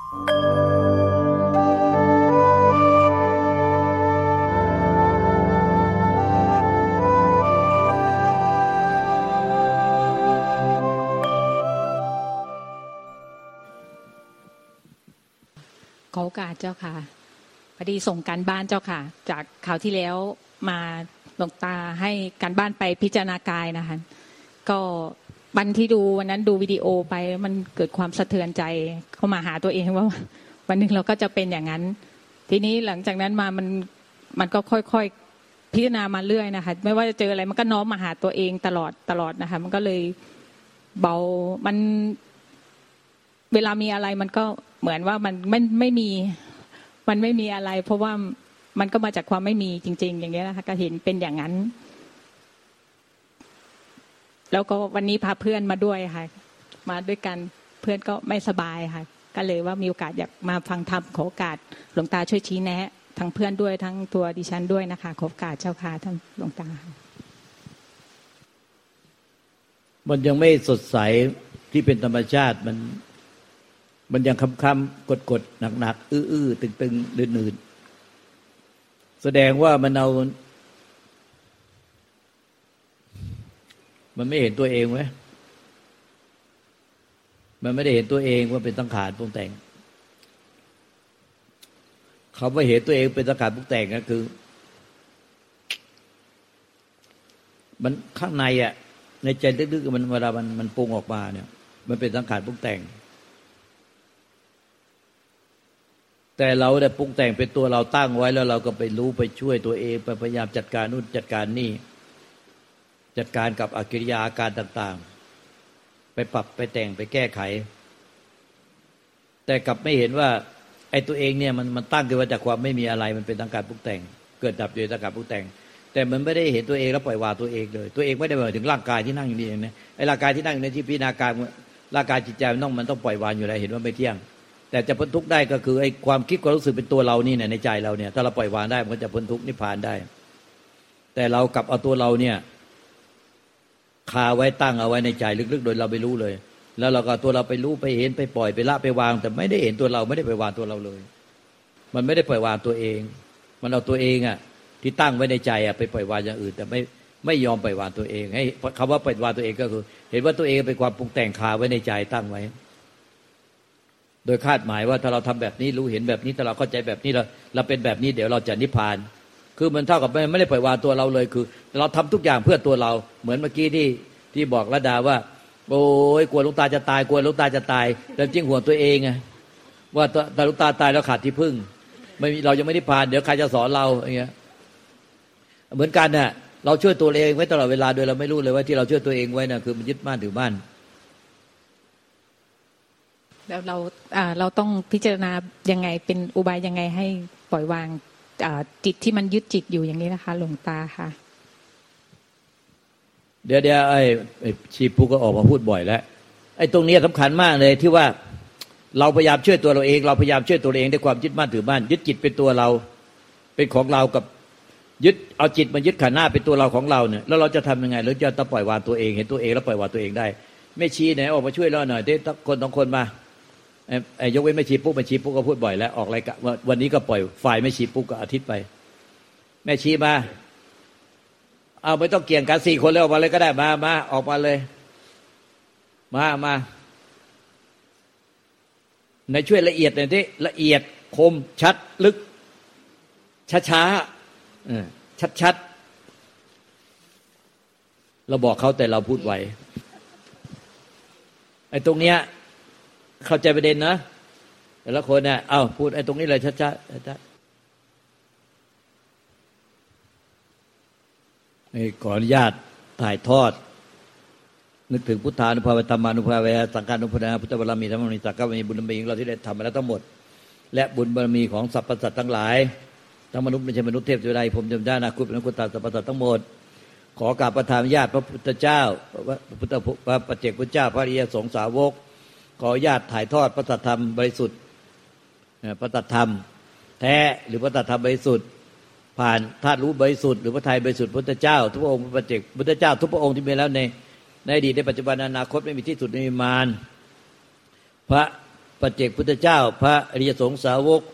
ขอโอกาสเจ้าค่ะพอดีส่งการบ้านเจ้าค่ะจากคราวที่แล้วมาหลวงตาให้การบ้านไปพิจารณากายนะคะก็วันที่ดูวันนั้นดูวิดีโอไปมันเกิดความสะเทือนใจเข้ามาหาตัวเองว่าวันหนึ่งเราก็จะเป็นอย่างนั้นทีนี้หลังจากนั้นมามันก็ค่อยๆพิจารณามาเรื่อยนะคะไม่ว่าจะเจออะไรมันก็น้อมมาหาตัวเองตลอดนะคะมันก็เลยเบามันเวลามีอะไรมันก็เหมือนว่ามันไม่มีอะไรเพราะว่ามันก็มาจากความไม่มีจริงๆอย่างนี้นะคะก็เห็นเป็นอย่างนั้นแล้วก็วันนี้พาเพื่อนมาด้วยค่ะมาด้วยกันเพื่อนก็ไม่สบายค่ะก็เลยว่ามีโอกาสอยากมาฟังธรรมขอโอกาสหลวงตาช่วยชี้แนะทั้งเพื่อนด้วยทั้งตัวดิฉันด้วยนะคะขอโอกาสเจ้าค่ะท่านหลวงตามันยังไม่สดใสที่เป็นธรรมชาติมันยังค้ำๆกดๆหนักๆอื้อๆตึงๆลื่นๆแสดงว่ามันไม่เห็นตัวเองไว้มันไม่ได้เห็นตัวเองว่าเป็นสังขารปรุงแต่งคำว่าเห็นตัวเองเป็นสังขารปรุงแต่งก็คือมันข้างในอ่ะในใจลึกๆมันเวลามันปรุงออกมาเนี่ยมันเป็นสังขารปรุงแต่งแต่เราได้ปรุงแต่งเป็นตัวเราตั้งไว้แล้วเราก็ไปรู้ไปช่วยตัวเองไปพยายามจัดการนู่นจัดการนี่จัดการกับอกิริยาอาการต่างๆไปปรับไปแต่งไปแก้ไขแต่กลับไม่เห็นว่าไอ้ตัวเองเนี่ยมันตั้งขึ้นมาจากความไม่มีอะไรมันเป็นสังขารปรุงแต่งเกิดดับอยู่สังขารปรุงแต่งแต่มันไม่ได้เห็นตัวเองแล้วปล่อยวางตัวเองเลยตัวเองไม่ได้หมายถึงร่างกายที่นั่งอยู่นี่เองนะไอ้ร่างกายที่นั่งอยู่ในที่พิจารณาการร่างกายจิตใจมันต้องปล่อยวางอยู่แล้วเห็นว่าไม่เที่ยงแต่จะพ้นทุกข์ได้ก็คือไอ้ความคิดความรู้สึกเป็นตัวเรานี่ในใจเราเนี่ยถ้าเราปล่อยวางได้มันก็จะพ้นทุกข์นิพพานได้แต่เรากลับเอาตัวเราเนี่ยคาไว้ตั้งเอาไว้ในใจลึกๆโดยเราไม่รู้เลยแล้วเราก็ตัวเราไปรู้ไปเห็นไปปล่อยไปละไปวางแต่ไม่ได้เห็นตัวเราไม่ได้ไปวางตัวเราเลยมันไม่ได้ปล่อยวางตัวเองมันเอาตัวเองอ่ะที่ตั้งไว้ในใจอ่ะไปปล่อยวางอย่างอื่นแต่ไม่ยอมปล่อยวางตัวเองให้คำว่าปล่อยวางตัวเองก็คือเห็นว่าตัวเองเป็นความปรุงแต่งคาไว้ในใจตั้งไว้โดยคาดหมายว่าถ้าเราทำแบบนี้รู้เห็นแบบนี้ถ้าเราเข้าใจแบบนี้เราเป็นแบบนี้เดี๋ยวเราจะนิพพานคือมันเท่ากับไม่ได้ปล่อยวางตัวเราเลยคือเราทำทุกอย่างเพื่อตัวเราเหมือนเมื่อกี้ที่บอกระดาว่าโอ้ยกลัวหลวงตาจะตายกลัวหลวงตาจะตายแต่จริงห่วงตัวเองไงว่าถ้าหลวงตาตายแล้วขาดที่พึ่งไม่เรายังไม่นิพพานเดี๋ยวใครจะสอนเราอย่างเงี้ยเหมือนกันน่ะเราช่วยตัวเองไว้ตลอดเวลาโดยเราไม่รู้เลยว่าที่เราช่วยตัวเองไว้น่ะคือมันยึดมั่นถือมั่นแล้วเราต้องพิจารณายังไงเป็นอุบายยังไงให้ปล่อยวางจิตที่มันยึดจิตอยู่อย่างนี้นะคะหลวงตาค่ะเดี๋ยวไอ้ชีพูก็ออกมาพูดบ่อยแล้วไอ้ตรงนี้สำคัญมากเลยที่ว่าเราพยายามช่วยตัวเราเองเราพยายามช่วยตัวเองด้วยความยึดมั่นถือมั่นยึดจิตเป็นตัวเราเป็นของเรากับยึดเอาจิตมันยึดขันธ์หน้าเป็นตัวเราของเราเนี่ยแล้วเราจะทำยังไงเราจะต้องปล่อยวางตัวเองเห็นตัวเองแล้วปล่อยวางตัวเองได้แม่ชีไหนออกมาช่วยเราหน่อยได้คนสองคนมาไอ้ยกเว้นแม่ชีปุ๊กก็พูดบ่อยแล้วออกรายการวันนี้ก็ปล่อยฝ่ายแม่ชีปุ๊กก็อาทิตย์ไปแม่ชีมาเอาไม่ต้องเกี่ยงกัน4คนเลยออกมาเลยก็ได้มาออกมาเลยมาในช่วยละเอียดหน่อยดิละเอียดคมชัดลึกช้าชัดเราบอกเขาแต่เราพูดไวไอ้ตรงเนี้ยเข้าใจประเด็นนะแต่ละคนเนี่ยพูดไอ้ตรงนี้เลยชัดขออนุญาตถ่ายทอดนึกถึงพุทธานุภาเวธรรมานุภาเวสังฆานุภาเวพุทธบารมีธรรมบารมีสังฆบารมีบุญบารมีของเราที่ได้ทำมาแล้วทั้งหมดและบุญบารมีของสรรพสัตว์ทั้งหลายทั้งมนุษย์ไม่ใช่มนุษย์เทพเทวดาพรหมเทวดานาคุเป็นกุตตาสรรพสัตว์ทั้งหมดขอกราบประทานญาติพระพุทธเจ้าพระปัจเจกพุทธเจ้าพระอริยสงฆ์สาวกขออนุญาตถ่ายทอดพระสัทธรรมบริสุทธิ์พระสัทธรรมแท้หรือพระสัทธรรมบริสุทธิ์ผ่านธาตุรู้บริสุทธิ์หรือพระทัยบริสุทธิ์พุทธเจ้าทุกพระองค์พระปัจเจกพุทธเจ้าทุกพระองค์ที่มีแล้วในอดีตในปัจจุบันอนาคตไม่มีที่สุดไม่มีมารพระปัจเจกพุทธเจ้าพระอริยสงฆ์สาวก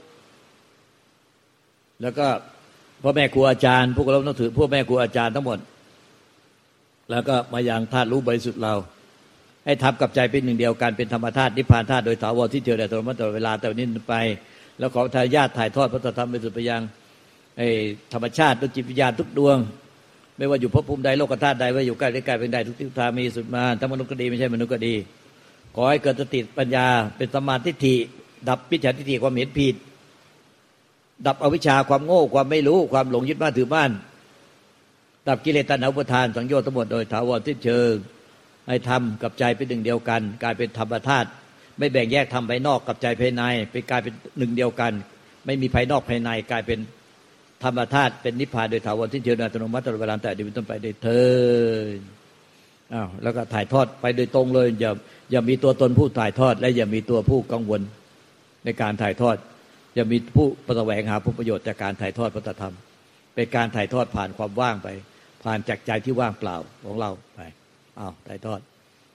แล้วก็พ่อแม่ครูอาจารย์พวกเราต้องถือพ่อแม่ครูอาจารย์ทั้งหมดแล้วก็มาอย่างธาตุรู้บริสุทธิ์เราให้ทำกับใจเป็นหนึ่งเดียวกันเป็นธรรมธาตุนิพพานธาตุโดยถาวรที่เดียวแต่ตลอดเวลาแต่วันนี้ไปแล้วขอทายาทถ่ายทอดพระธรรมไปสู่ไปยังธรรมชาติด้วยจิตวิญญาณทุกดวงไม่ว่าอยู่ภพภูมิใดโลกธาตุใดว่าอยู่ใกล้หรือไกลเป็นใดทุกทิศทางมีสุดมาทั้งมนุษย์ก็ดีไม่ใช่มนุษย์ก็ดีขอให้เกิดสติปัญญาเป็นสัมมาทิฏฐิดับมิจฉาทิฏฐิความเห็นผิดดับอวิชชาความโง่ความไม่รู้ความหลงยึดมั่นถือมั่นดับกิเลสตัณหาอุปาทานสังโยชน์ทั้งหมดโดยถาวรสิ้นเชิงให้ทำกับใจเป็นหนึ่งเดียวกันกลายเป็นธรรมธาตุไม่แบ่งแยกทำภายนอกกับใจภายในไปกลายเป็นหนึ่งเดียวกันไม่มีภายนอกภายในกลายเป็นธรรมธาตุเป็นนิพพานโดยถาวรสิ้นเชิงอัตโนมัติตลอดเวลาแต่เดี๋ยวต้นไปได้เถิดแล้วก็ถ่ายทอดไปโดยตรงเลยอย่ามีตัวตนผู้ถ่ายทอดและอย่ามีตัวผู้กังวลในการถ่ายทอดอย่ามีผู้แสวงหาผลประโยชน์จากการถ่ายทอดพระธรรมเป็นการถ่ายทอดผ่านความว่างไปผ่านจากใจที่ว่างเปล่าของเราไปถ่ายทอด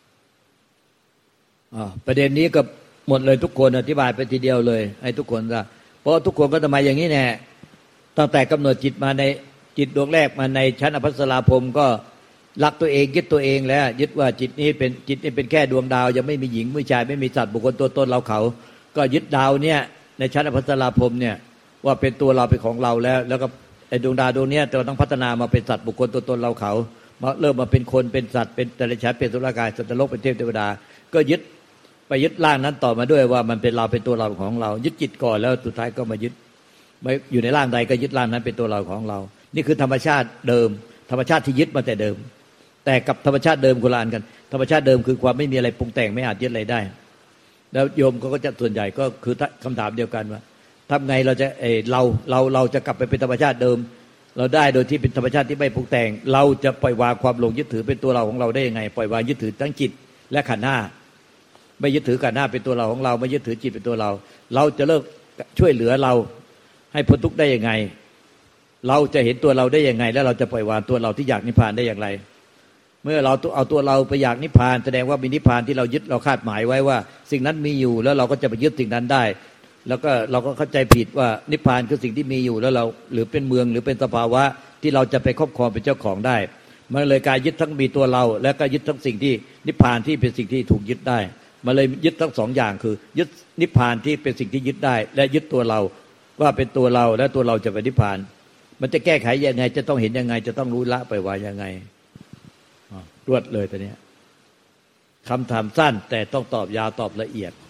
ประเด็นนี้ก็หมดเลยทุกคนอธิบายไปทีเดียวเลยให้ทุกคนว่าเพราะทุกคนก็ทำไมอย่างนี้แน่ตั้งแต่กำเนิดจิตมาในจิตดวงแรกมาในชั้นอภัสราพรหมก็รักตัวเองยึดตัวเองแล้วยึดว่าจิตนี้เป็นแค่ดวงดาวยังไม่มีหญิงไม่ชายไม่มีสัตว์บุคคลตัวตนเราเขาก็ยึดดาวเนี่ยในชั้นอภัสราพรหมเนี่ยว่าเป็นตัวเราเป็นของเราแล้วก็ไอ้ดวงดาวดวงนี้เราต้องพัฒนามาเป็นสัตว์บุคคลตัวตนเราเขามาเริ่มมาเป็นคนเป็นสัตว์เป็นเดรัจฉานเป็นสุรกายสัตว์นรกเป็นเทพเทวดาก็ยึดไปยึดร่างนั้นต่อมาด้วยว่ามันเป็นเราเป็นตัวเราของเรายึดจิตก่อนแล้วสุดท้ายก็มายึดไม่อยู่ในร่างใดก็ยึดร่างนั้นเป็นตัวเราของเรานี่คือธรรมชาติเดิมธรรมชาติที่ยึดมาแต่เดิมแต่กับธรรมชาติเดิมคนละอันกันธรรมชาติเดิมคือความไม่มีอะไรปรุงแต่งไม่อาจยึดอะไรได้แล้วโยมก็จะส่วนใหญ่ก็คือคำถามเดียวกันว่าทำไงเราจะเราจะกลับไปเป็นธรรมชาติเดิมเราได้โดยที่เป็นธรรมชาติที่ไม่ปรุงแต่งเราจะปล่อยวางความหลงยึดถือเป็นตัวเราของเราได้ยังไงปล่อยวางยึดถือทั้งจิตและขันธ์ห้าไม่ยึดถือขันธ์ห้าเป็นตัวเราของเราไม่ยึดถือจิตเป็นตัวเราเราจะเลิกช่วยเหลือเราให้พ้นทุกข์ได้ยังไงเราจะเห็นตัวเราได้ยังไงแล้วเราจะปล่อยวางตัวเราที่อยากนิพพานได้อย่างไรเมื่อเราเอาตัวเราไปอยากนิพพานแสดงว่ามีนิพพานที่เรายึดเราคาดหมายไว้ว่าสิ่งนั้นมีอยู่แล้วเราก็จะไปยึดสิ่งนั้นได้แล้วก็เราก็เข้าใจผิดว่านิพพานคือสิ่งที่มีอยู่แล้วเราหรือเป็นเมืองหรือเป็นสภาวะที่เราจะไปครอบครองเป็นเจ้าของได้มันเลยการยึดทั้งมีตัวเราและก็ยึดทั้งสิ่งที่นิพพานที่เป็นสิ่งที่ถูกยึดได้มันเลยยึดทั้งสองอย่างคือยึดนิพพานที่เป็นสิ่งที่ยึดได้และยึดตัวเราว่าเป็นตัวเราและตัวเราจะไปนิพพานมันจะแก้ไขยังไงจะต้องเห็นยังไงจะต้องรู้ละไปว่ายังไงรวดเลยตอนนี้คำถามสั้นแต่ต้องตอบยาวตอบละเอียด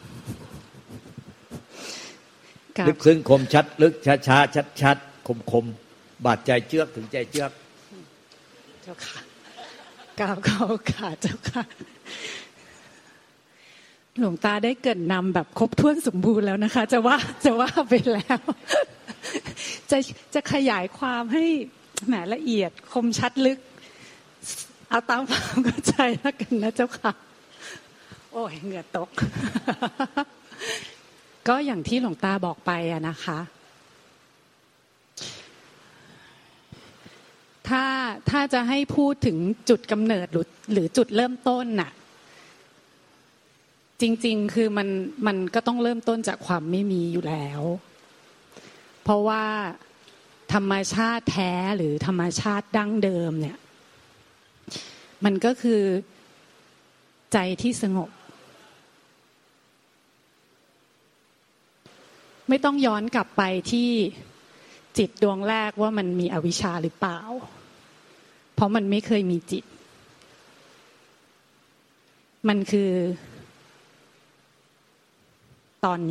ลึกซึ้งคมชัดลึกช้าชัดคมบาดใจเจือกถึงใจเจือกเจ้าค่ะกราบขอโอกาสเจ้าค่ะหลวงตาได้เกริ่นนำแบบครบถ้วนสมบูรณ์แล้วนะคะจะว่าไปแล้วจะขยายความให้แหมละเอียดคมชัดลึกเอาตามความเข้าใจแล้วกันนะเจ้าค่ะโอ้ยเหงื่อตกก็อย่างที่หลวงตาบอกไปอะนะคะถ้าจะให้พูดถึงจุดกำเนิดหรือจุดเริ่มต้นน่ะจริงๆคือมันก็ต้องเริ่มต้นจากความไม่มีอยู่แล้วเพราะว่าธรรมชาติแท้หรือธรรมชาติดั้งเดิมเนี่ยมันก็คือใจที่สงบไม่ต้องย้อนกลับไปที่จิตดวงแรกว่ามันมีอวิชชาหรือเปล่าเพราะมันไม่เคยมีจิตมันคือตอน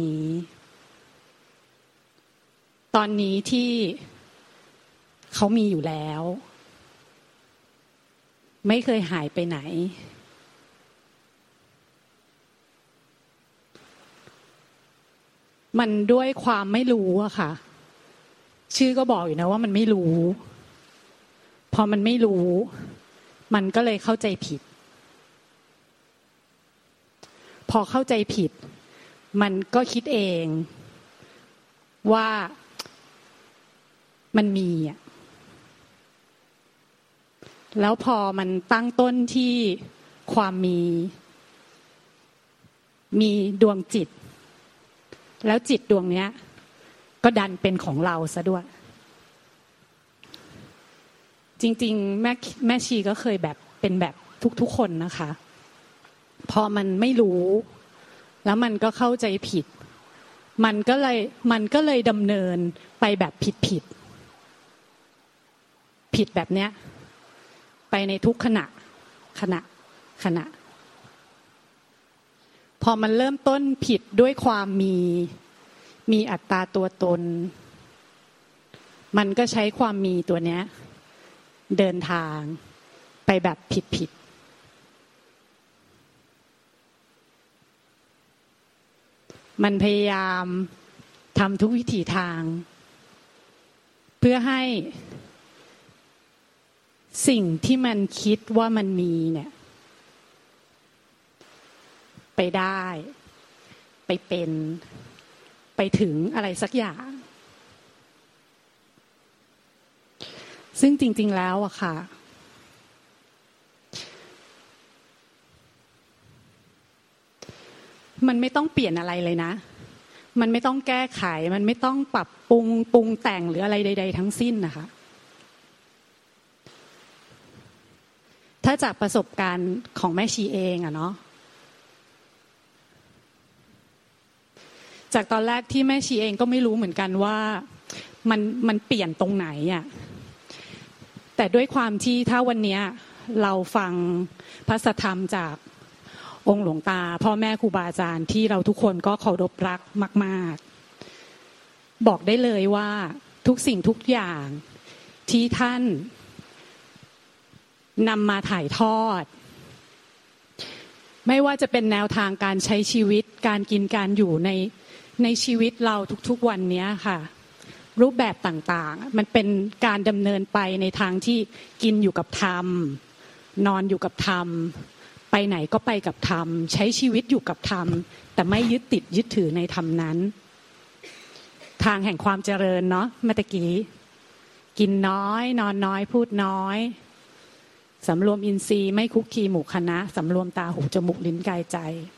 นี้ที่เขามีอยู่แล้วไม่เคยหายไปไหนมันด้วยความไม่รู้อะค่ะชื่อก็บอกอยู่นะว่ามันไม่รู้พอมันไม่รู้มันก็เลยเข้าใจผิดพอเข้าใจผิดมันก็คิดเองว่ามันมีอ่ะแล้วพอมันตั้งต้นที่ความมีดวงจิตแล้วจิตดวงเนี้ยก็ดันเป็นของเราซะด้วยจริงๆแม่ชีก็เคยแบบเป็นแบบทุกๆคนนะคะพอมันไม่รู้แล้วมันก็เข้าใจผิดมันก็เลยดำเนินไปแบบผิดแบบเนี้ยไปในทุกขณะพอมันเริ่มต้นผิดด้วยความมีอัตตาตัวตนมันก็ใช้ความมีตัวเนี้ยเดินทางไปแบบผิดมันพยายามทำทุกวิถีทางเพื่อให้สิ่งที่มันคิดว่ามันมีเนี่ยไปได้ไปเป็นไปถึงอะไรสักอย่างซึ่งจริงๆแล้วอะค่ะมันไม่ต้องเปลี่ยนอะไรเลยนะมันไม่ต้องแก้ไขมันไม่ต้องปรับปรุงแต่งหรืออะไรใดๆทั้งสิ้นนะคะถ้าจากประสบการณ์ของแม่ชีเองอะเนาะจากตอนแรกที่แม่ชีเองก็ไม่รู้เหมือนกันว่ามันเปลี่ยนตรงไหนอะแต่ด้วยความที่ถ้าวันนี้เราฟังพระสัทธรรมจากองค์หลวงตาพ่อแม่ครูบาอาจารย์ที่เราทุกคนก็เคารพรักมากๆบอกได้เลยว่าทุกสิ่งทุกอย่างที่ท่านนำมาถ่ายทอดไม่ว่าจะเป็นแนวทางการใช้ชีวิตการกินการอยู่ในชีวิตเราทุกๆวันนี้ค่ะรูปแบบต่างๆมันเป็นการดำเนินไปในทางที่กินอยู่กับธรรมนอนอยู่กับธรรมไปไหนก็ไปกับธรรมใช้ชีวิตอยู่กับธรรมแต่ไม่ยึดติดยึดถือในธรรมนั้นทางแห่งความเจริญเนาะเมื่อกี้กินน้อยนอนน้อยพูดน้อยสำรวมอินทรีย์ไม่คุกคีหมู่คณะสำรวมตาหูจมูกลิ้นกายใจ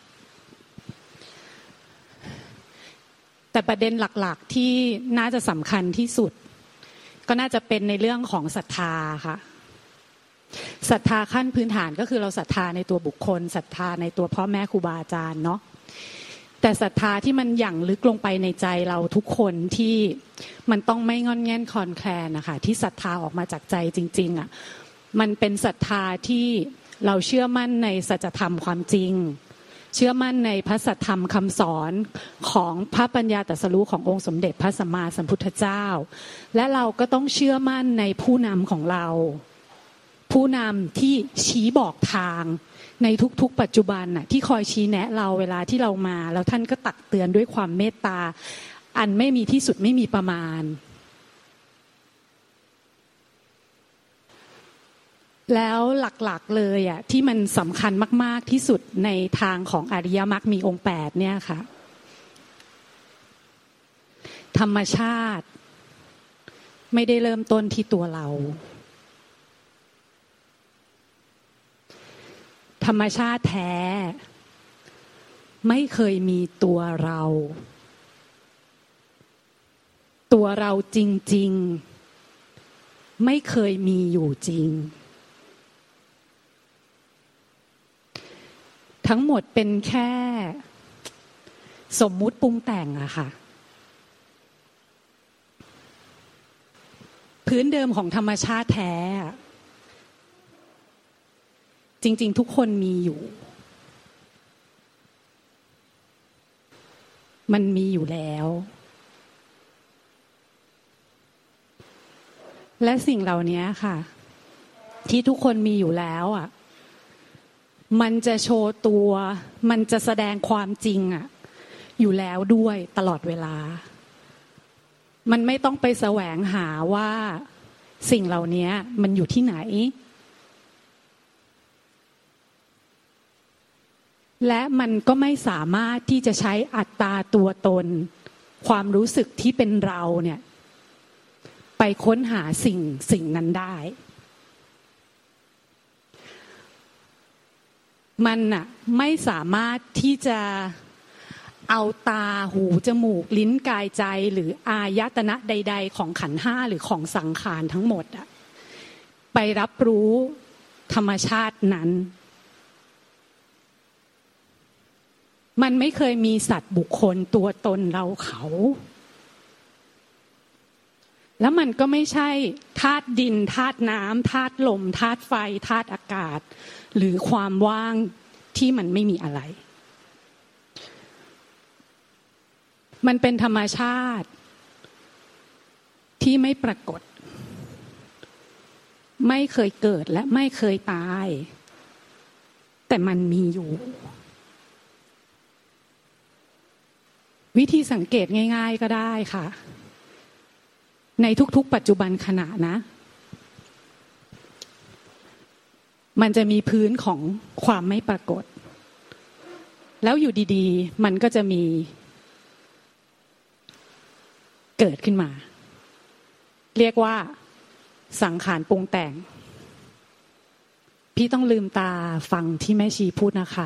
แต่ประเด็นหลักๆที่น่าจะสำคัญที่สุดก็น่าจะเป็นในเรื่องของศรัทธาค่ะศรัทธาขั้นพื้นฐานก็คือเราศรัทธาในตัวบุคคลศรัทธาในตัวพ่อแม่ครูบาอาจารย์เนาะแต่ศรัทธาที่มันหยั่งลึกลงไปในใจเราทุกคนที่มันต้องไม่งอนแง่นคลอนแคลนนะคะที่ศรัทธาออกมาจากใจจริงๆอ่ะมันเป็นศรัทธาที่เราเชื่อมั่นในสัจธรรมความจริงเชื่อมั่นในพระสัทธรรมคำสอนของพระปัญญาตรัสรู้ขององค์สมเด็จพระสัมมาสัมพุทธเจ้าและเราก็ต้องเชื่อมั่นในผู้นำของเราผู้นำที่ชี้บอกทางในทุกๆปัจจุบันน่ะที่คอยชี้แนะเราเวลาที่เรามาแล้วท่านก็ตักเตือนด้วยความเมตตาอันไม่มีที่สุดไม่มีประมาณแล้วหลักๆเลยอ่ะที่มันสำคัญมากๆที่สุดในทางของอริยมรรคมีองค์8เนี่ยค่ะธรรมชาติไม่ได้เริ่มต้นที่ตัวเราธรรมชาติแท้ไม่เคยมีตัวเราจริงๆไม่เคยมีอยู่จริงทั้งหมดเป็นแค่สมมุติปรุงแต่งอะค่ะพื้นเดิมของธรรมชาติแท้จริงๆทุกคนมีอยู่มันมีอยู่แล้วและสิ่งเหล่านี้ค่ะที่ทุกคนมีอยู่แล้วอ่ะมันจะโชว์ตัวมันจะแสดงความจริงอ่ะอยู่แล้วด้วยตลอดเวลามันไม่ต้องไปแสวงหาว่าสิ่งเหล่านี้มันอยู่ที่ไหนและมันก็ไม่สามารถที่จะใช้อัตตาตัวตนความรู้สึกที่เป็นเราเนี่ยไปค้นหาสิ่งนั้นได้มันน่ะไม่สามารถที่จะเอาตาหูจมูกลิ้นกายใจหรืออายตนะใดๆของขันธ์ห้าหรือของสังขารทั้งหมดอะไปรับรู้ธรรมชาตินั้นมันไม่เคยมีสัตว์บุคคลตัวตนเราเขาแล้วมันก็ไม่ใช่ธาตุดินธาตุน้ำธาตุลมธาตุไฟธาตุอากาศหรือความว่างที่มันไม่มีอะไรมันเป็นธรรมชาติที่ไม่ปรากฏไม่เคยเกิดและไม่เคยตายแต่มันมีอยู่วิธีสังเกตง่ายๆก็ได้ค่ะในทุกๆปัจจุบันขณะนะมันจะมีพื้นของความไม่ปรากฏแล้วอยู่ดีๆมันก็จะมีเกิดขึ้นมาเรียกว่าสังขารปรุงแต่งพี่ต้องลืมตาฟังที่แม่ชีพูดนะคะ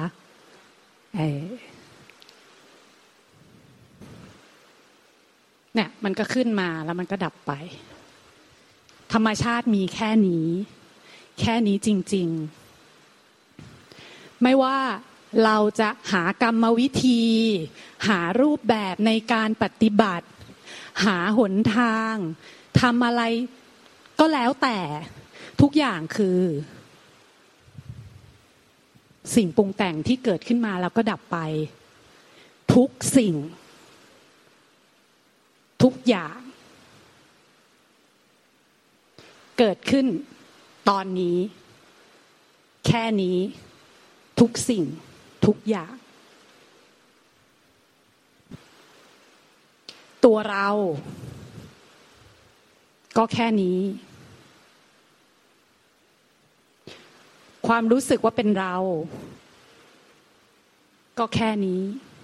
เนี่ยมันก็ขึ้นมาแล้วมันก็ดับไปธรรมชาติมีแค่นี้จริงๆไม่ว่าเราจะหากรรมวิธีหารูปแบบในการปฏิบัติหาหนทางทำอะไรก็แล้วแต่ทุกอย่างคือสิ่งปรุงแต่งที่เกิดขึ้นมาแล้วก็ดับไปทุกสิ่งทุกอย่างเกิดขึ้นตอนนี้แค่นี้ทุกสิ่งทุกอย่างตัวเราก็แค่นี้ความรู้สึกว่าเป็นเราก็แค่นี้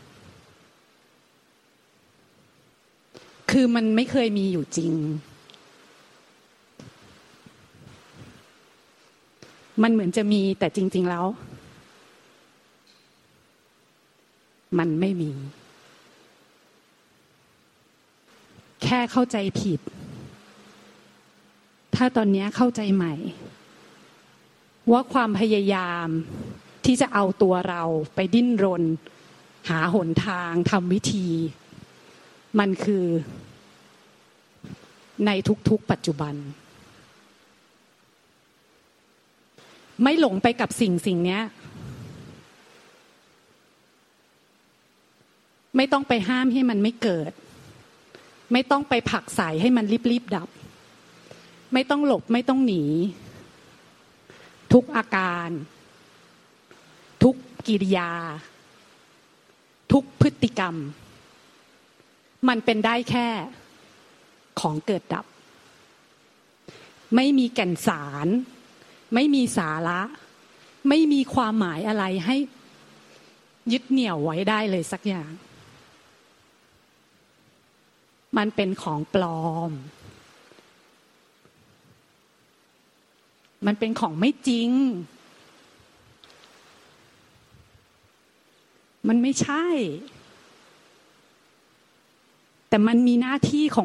คือมันไม่เคยมีอยู่จริงมันเหมือนจะมีแต่จริงๆแล้วมันไม่มีแค่เข้าใจผิดถ้าตอนนี้เข้าใจใหม่ว่าความพยายามที่จะเอาตัวเราไปดิ้นรนหาหนทางทำวิธีมันคือในทุกๆปัจจุบันไม่หลงไปกับสิ่งนี้ไม่ต้องไปห้ามให้มันไม่เกิดไม่ต้องไปผลักไสให้มันรีบๆดับไม่ต้องหลบไม่ต้องหนีทุกอาการทุกกิริยาทุกพฤติกรรมมันเป็นได้แค่ของเกิดดับไม่มีแก่นสารไม่มีสาระไม่มีความหมายอะไรให้ยึดเหนี่ยวไว้ได้เลยสักอย่างมันเป็นของปลอมมันเป็นของไม่จริงมันไม่ใช่แต่มันมีหน้าที่ของ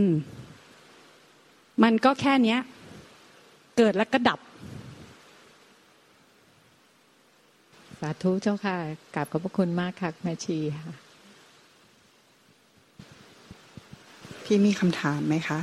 มันก็แค่เนี้ยเกิดแล้วก็ดับสาธุเจ้าค่ะกราบขอบพระคุณมากค่ะแม่ชีค่ะพี่มีคำถามไหมคะ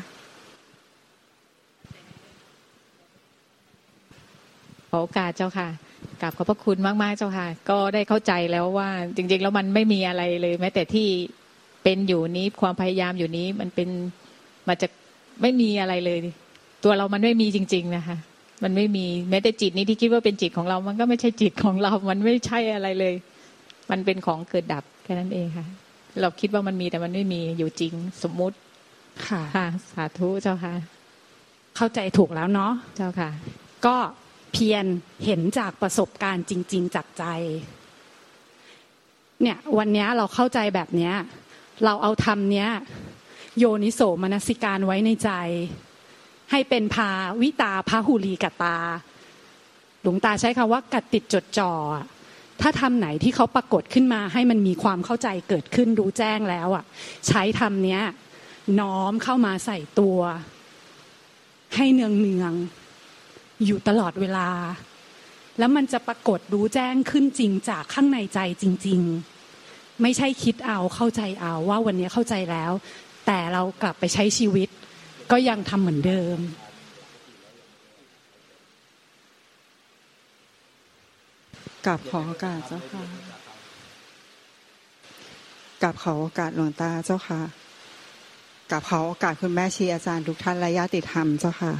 ขอโอกาสเจ้าค่ะกราบขอบพระคุณมากๆเจ้าค่ะก็ได้เข้าใจแล้วว่าจริงๆแล้วมันไม่มีอะไรเลยแม้แต่ที่เป็นอยู่นี้ความพยายามอยู่นี้มันเป็นมาจากไม่มีอะไรเลยตัวเรามันไม่มีจริงๆนะคะมันไม่มีแม้แต่จิตนี้ที่คิดว่าเป็นจิตของเรามันก็ไม่ใช่จิตของเรามันไม่ใช่อะไรเลยมันเป็นของเกิดดับแค่นั้นเองค่ะเราคิดว่ามันมีแต่มันไม่มีอยู่จริงสมมุติค่ะสาธุเจ้าค่ะเข้าใจถูกแล้วเนาะเจ้าค่ะก็เพียรเห็นจากประสบการณ์จริงๆจากใจเนี่ยวันนี้เราเข้าใจแบบเนี้ยเราเอาธรรมเนี้ยโยนิโสมนสิการไว้ในใจให้เป็นภาวิตาพหุลีกตาหลวงตาใช้คำว่ากัดติดจดจ่อถ้าธรรมไหนที่เขาปรากฏขึ้นมาให้มันมีความเข้าใจเกิดขึ้นรู้แจ้งแล้วอ่ะใช้ธรรมเนี้ยน้อมเข้ามาใส่ตัวให้เนืองอยู่ตลอดเวลาแล้วมันจะปรากฏรู้แจ้งขึ้นจริงจากข้างในใจจริงๆไม่ใช่คิดเอาเข้าใจเอาว่าวันนี้เข้าใจแล้วแต่เรากลับไปใช้ชีวิตก็ยังทำเหมือนเดิมกราบขอโอกาสเจ้าค่ะกราบขอโอกาสหลวงตาเจ้าค่ะกราบขอโอกาสคุณแม่ชีอาจารย์ทุกท่านและญาติธรรมเจ้าค่ะ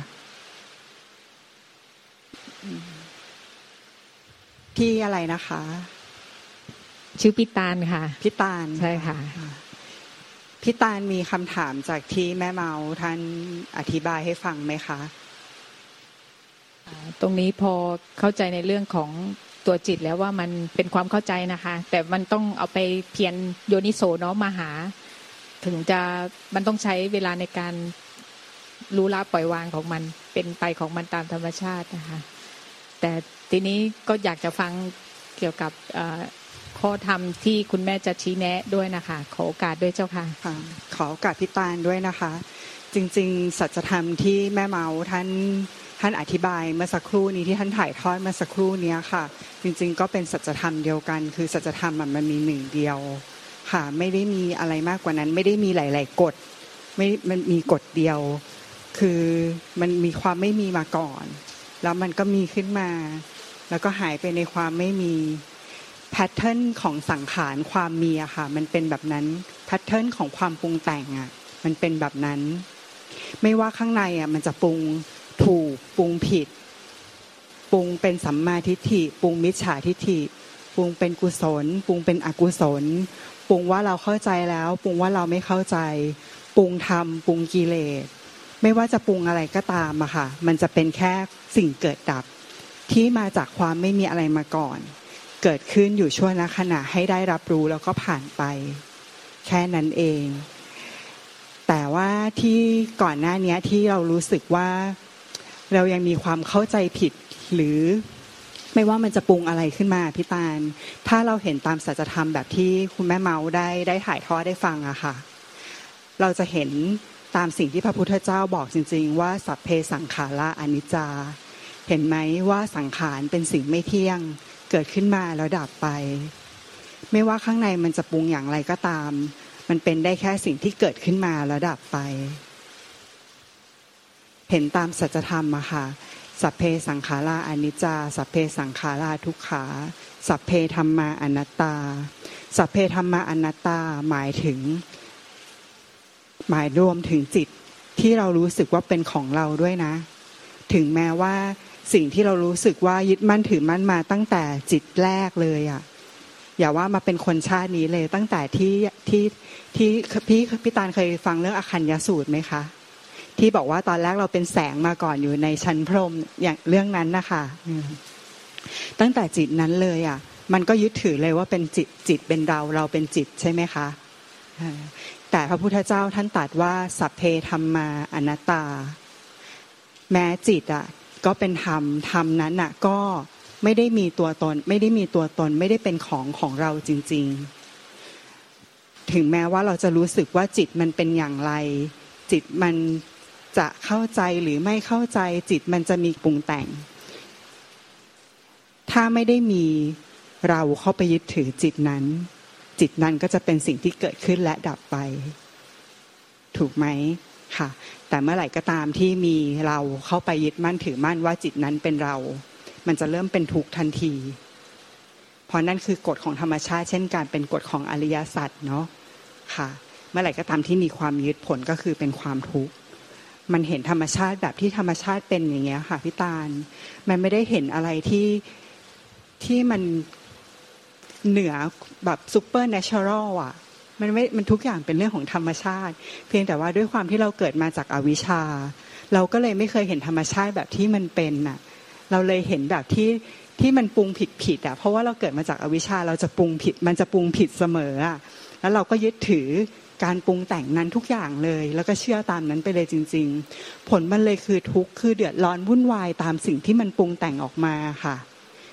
พี่อะไรนะคะชื่อพี่ตาลค่ะพี่ตาลใช่ค่ะพี่ตาลมีคำถามจากที่แม่เมาท่านอธิบายให้ฟังไหมคะตรงนี้พอเข้าใจในเรื่องของตัวจิตแล้วว่ามันเป็นความเข้าใจนะคะแต่มันต้องเอาไปเพียรโยนิโสเนาะมาหาถึงจะมันต้องใช้เวลาในการรู้ละปล่อยวางของมันเป็นไปของมันตามธรรมชาตินะคะแต่ทีนี้ก็อยากจะฟังเกี่ยวกับข้อธรรมที่คุณแม่จะชี้แนะด้วยนะคะขอโอกาสด้วยเจ้าค่ะขอโอกาสพี่ตาลด้วยนะคะจริงๆสัจธรรมที่แม่เมาท่านอธิบายเมื่อสักครู่นี้ที่ท่านถ่ายทอดเมื่อสักครู่นี้ค่ะจริงๆก็เป็นสัจธรรมเดียวกันคือสัจธรรมมันมีหนึ่งเดียวค่ะไม่ได้มีอะไรมากกว่านั้นไม่ได้มีหลายๆกฎมันมีกฎเดียวคือมันมีความไม่มีมาก่อนแล้วมันก็มีขึ้นมาแล้วก็หายไปในความไม่มีแพทเทิร์นของสังขารความมีอะค่ะมันเป็นแบบนั้นแพทเทิร์นของความปรุงแต่งอะมันเป็นแบบนั้นไม่ว่าข้างในอะมันจะปรุงถูกปรุงผิดปรุงเป็นสัมมาทิฏฐิปรุงมิจฉาทิฏฐิปรุงเป็นกุศลปรุงเป็นอกุศลปรุงว่าเราเข้าใจแล้วปรุงว่าเราไม่เข้าใจปรุงธรรมปรุงกิเลสไม่ว่าจะปรุงอะไรก็ตามอะค่ะมันจะเป็นแค่สิ่งเกิดดับที่มาจากความไม่มีอะไรมาก่อนเกิดขึ้นอยู่ชั่วขณะให้ได้รับรู้แล้วก็ผ่านไปแค่นั้นเองแต่ว่าที่ก่อนหน้านี้ที่เรารู้สึกว่าเรายังมีความเข้าใจผิดหรือไม่ว่ามันจะปรุงอะไรขึ้นมาพี่ตาลถ้าเราเห็นตามสัจธรรมแบบที่คุณแม่เมาได้ถ่ายทอดได้ฟังอะค่ะเราจะเห็นตามสิ่งที่พระพุทธเจ้าบอกจริงๆว่าสัพเพสังขาราอนิจจาเห็นไหมว่าสังขารเป็นสิ่งไม่เที่ยงเกิดขึ้นมาแล้วดับไปไม่ว่าข้างในมันจะปรุงอย่างไรก็ตามมันเป็นได้แค่สิ่งที่เกิดขึ้นมาแล้วดับไปเห็นตามสัจธรรมอะค่ะสัพเพสังขาราอนิจจาสัพเพสังขาราทุกขาสัพเพธัมมาอนัตตาสัพเพธัมมาอนัตตาหมายรวมถึงจิตที่เรารู้สึกว่าเป็นของเราด้วยนะถึงแม้ว่าสิ่งที่เรารู้สึกว่ายึดมั่นถือมั่นมาตั้งแต่จิตแรกเลยอ่ะอย่าว่ามาเป็นคนชาตินี้เลยตั้งแต่ที่พี่ตาลเคยฟังเรื่องอคัญญสูตรไหมคะที่บอกว่าตอนแรกเราเป็นแสงมาก่อนอยู่ในชั้นพรหมอย่างเรื่องนั้นนะคะตั้งแต่จิตนั้นเลยอ่ะมันก็ยึดถือเลยว่าเป็นจิตเป็นเราเป็นจิตใช่ไหมคะแต่พระพุทธเจ้าท่านตรัสว่าสัพเพธัมมาอนัตตาแม้จิตอ่ะก็เป็นธรรมนั้นอ่ะก็ไม่ได้มีตัวตนไม่ได้เป็นของเราจริงๆถึงแม้ว่าเราจะรู้สึกว่าจิตมันเป็นอย่างไรจิตมันจะเข้าใจหรือไม่เข้าใจจิตมันจะมีปรุงแต่งถ้าไม่ได้มีเราเข้าไปยึดถือจิตนั้นก็จะเป็นสิ่งที่เกิดขึ้นและดับไปถูกไหมค่ะแต่เมื่อไหร่ก็ตามที่มีเราเข้าไปยึดมั่นถือมั่นว่าจิตนั้นเป็นเรามันจะเริ่มเป็นทุกข์ทันทีเพราะนั่นคือกฎของธรรมชาติเช่นการเป็นกฎของอริยสัจเนาะค่ะเมื่อไหร่ก็ตามที่มีความยึดผลก็คือเป็นความทุกข์มันเห็นธรรมชาติแบบที่ธรรมชาติเป็นอย่างเงี้ยค่ะพี่ตาลมันไม่ได้เห็นอะไรที่มันเหนือแบบซูเปอร์เนเชอรัลอ่ะมันทุกอย่างเป็นเรื่องของธรรมชาติเพียงแต่ว่าด้วยความที่เราเกิดมาจากอวิชชาเราก็เลยไม่เคยเห็นธรรมชาติแบบที่มันเป็นน่ะเราเลยเห็นแบบที่มันปรุงผิดอ่ะเพราะว่าเราเกิดมาจากอวิชชาเราจะปรุงผิดมันจะปรุงผิดเสมออ่ะแล้วเราก็ยึดถือการปรุงแต่งนั้นทุกอย่างเลยแล้วก็เชื่อตามนั้นไปเลยจริงๆผลมันเลยคือทุกข์คือเดือดร้อนวุ่นวายตามสิ่งที่มันปรุงแต่งออกมาค่ะ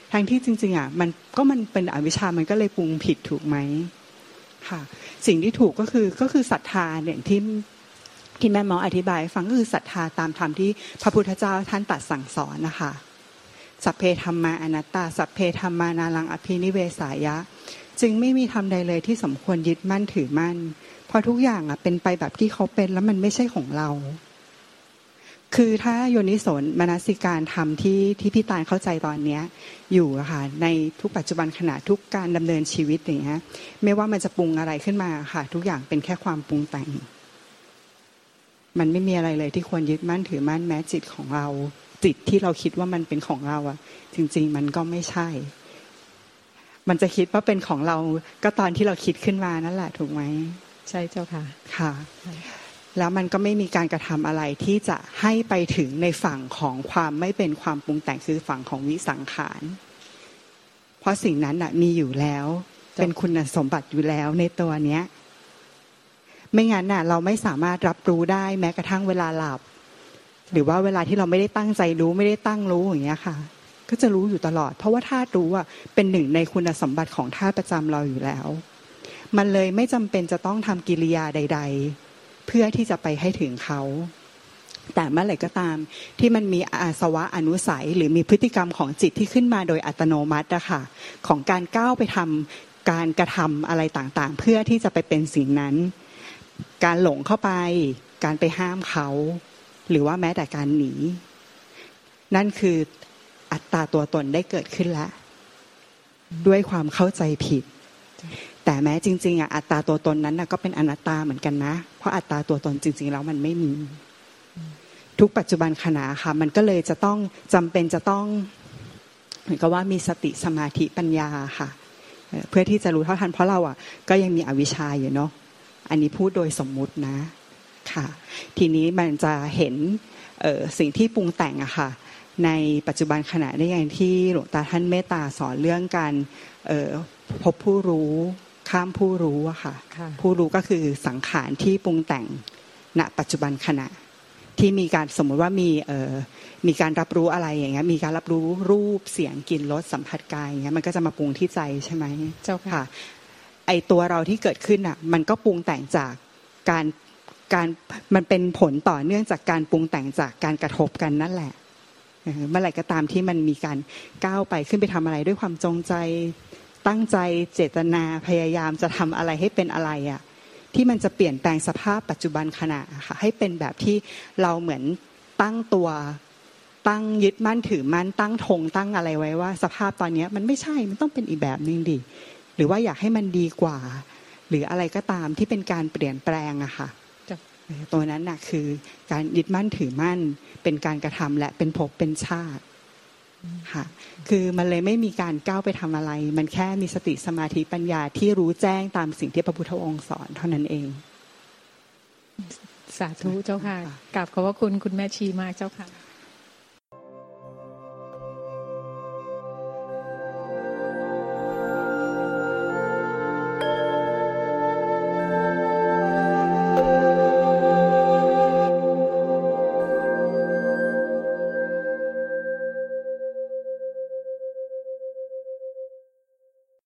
ทั้งที่จริงๆมันเป็นอวิชชามันก็เลยปรุงผิดถูกไหมค่ะสิ่งที่ถูกก็คือศรัทธาเนี่ยที่แม่หมออธิบายฟังก็คือศรัทธาตามธรรมที่พระพุทธเจ้าท่านตรัสสั่งสอนนะคะสัพเพธัมมาอนัตตาสัพเพธัมมานารังอภินิเวสายะจึงไม่มีธรรมใดเลยที่สมควรยึดมั่นถือมั่นเพราะทุกอย่างเป็นไปแบบที่เขาเป็นแล้วมันไม่ใช่ของเราคือถ้าโยนิโสมนสิการธรรมที่พี่ตาลเข้าใจตอนนี้อยู่อะค่ะในทุกปัจจุบันขณะทุกการดำเนินชีวิตอย่างเงี้ยไม่ว่ามันจะปรุงอะไรขึ้นมาค่ะทุกอย่างเป็นแค่ความปรุงแต่งมันไม่มีอะไรเลยที่ควรยึดมั่นถือมั่นแม้จิตของเราจิตที่เราคิดว่ามันเป็นของเราอะจริงๆมันก็ไม่ใช่มันจะคิดว่าเป็นของเราก็ตอนที่เราคิดขึ้นมานั่นแหละถูกไหมใช่เจ้าค่ะค่ะแล้วมันก็ไม่มีการกระทำอะไรที่จะให้ไปถึงในฝั่งของความไม่เป็นความปรุงแต่งคือฝั่งของวิสังขารเพราะสิ่งนั้นมีอยู่แล้วเป็นคุณสมบัติอยู่แล้วในตัวเนี้ยไม่งั้นเราไม่สามารถรับรู้ได้แม้กระทั่งเวลาหลับหรือว่าเวลาที่เราไม่ได้ตั้งใจรู้ไม่ได้ตั้งรู้อย่างเงี้ยค่ะก็จะรู้อยู่ตลอดเพราะว่าธาตุรู้เป็นหนึ่งในคุณสมบัติของธาตุประจำเราอยู่แล้วมันเลยไม่จำเป็นจะต้องทำกิริยาใดๆเพื่อที่จะไปให้ถึงเขาแต่เมื่อไหร่ก็ตามที่มันมีอาสวะอนุสัยหรือมีพฤติกรรมของจิตที่ขึ้นมาโดยอัตโนมัติค่ะของการก้าวไปทำการกระทำอะไรต่างๆเพื่อที่จะไปเป็นสิ่งนั้นการหลงเข้าไปการไปห้ามเขาหรือว่าแม้แต่การหนีนั่นคืออัตตาตัวตนได้เกิดขึ้นแล้วด้วยความเข้าใจผิดแต่แม้จริงๆอัตตาตัวตนนั้นก็เป็นอนัตตาเหมือนกันนะเพราะอัตตาตัวตนจริงๆแล้วมันไม่มีทุกปัจจุบันขณะค่ะมันก็เลยจะต้องจำเป็นจะต้องเหมือนกับว่ามีสติสมาธิปัญญาค่ะเพื่อที่จะรู้เท่าทันเพราะเราก็ยังมีอวิชชาอยู่เนาะอันนี้พูดโดยสมมุตินะค่ะทีนี้มันจะเห็นสิ่งที่ปรุงแต่งค่ะในปัจจุบันขณะได้อย่างที่หลวงตาท่านเมตตาสอนเรื่องการพบผู้รู้ข้ามผู้รู้ค่ะผู้รู้ก็คือสังขารที่ปรุงแต่งณปัจจุบันขณะที่มีการสมมติว่ามีการรับรู้อะไรอย่างเงี้ยมีการรับรู้รูปเสียงกลิ่นรสสัมผัสกายอย่างเงี้ยมันก็จะมาปรุงที่ใจใช่ไหมเจ้าค่ะไอตัวเราที่เกิดขึ้นมันก็ปรุงแต่งจากการมันเป็นผลต่อเนื่องจากการปรุงแต่งจากการกระทบกันนั่นแหละเมื่อไหร่ก็ตามที่มันมีการก้าวไปขึ้นไปทำอะไรด้วยความจงใจตั้งใจเจตนาพยายามจะทำอะไรให้เป็นอะไรที่มันจะเปลี่ยนแปลงสภาพปัจจุบันขณะค่ะให้เป็นแบบที่เราเหมือนตั้งตัวตั้งยึดมั่นถือมั่นตั้งธงตั้งอะไรไว้ว่าสภาพตอนนี้มันไม่ใช่มันต้องเป็นอีกแบบนึงดิหรือว่าอยากให้มันดีกว่าหรืออะไรก็ตามที่เป็นการเปลี่ยนแปลงค่ะตัวนั้นคือการยึดมั่นถือมั่นเป็นการกระทำและเป็นภพเป็นชาติค่ะคือมันเลยไม่มีการก้าวไปทำอะไรมันแค่มีสติสมาธิปัญญาที่รู้แจ้งตามสิ่งที่พระพุทธองค์สอนเท่านั้นเองสาธุเจ้าค่ะกราบขอบพระคุณคุณแม่ชีมากเจ้าค่ะ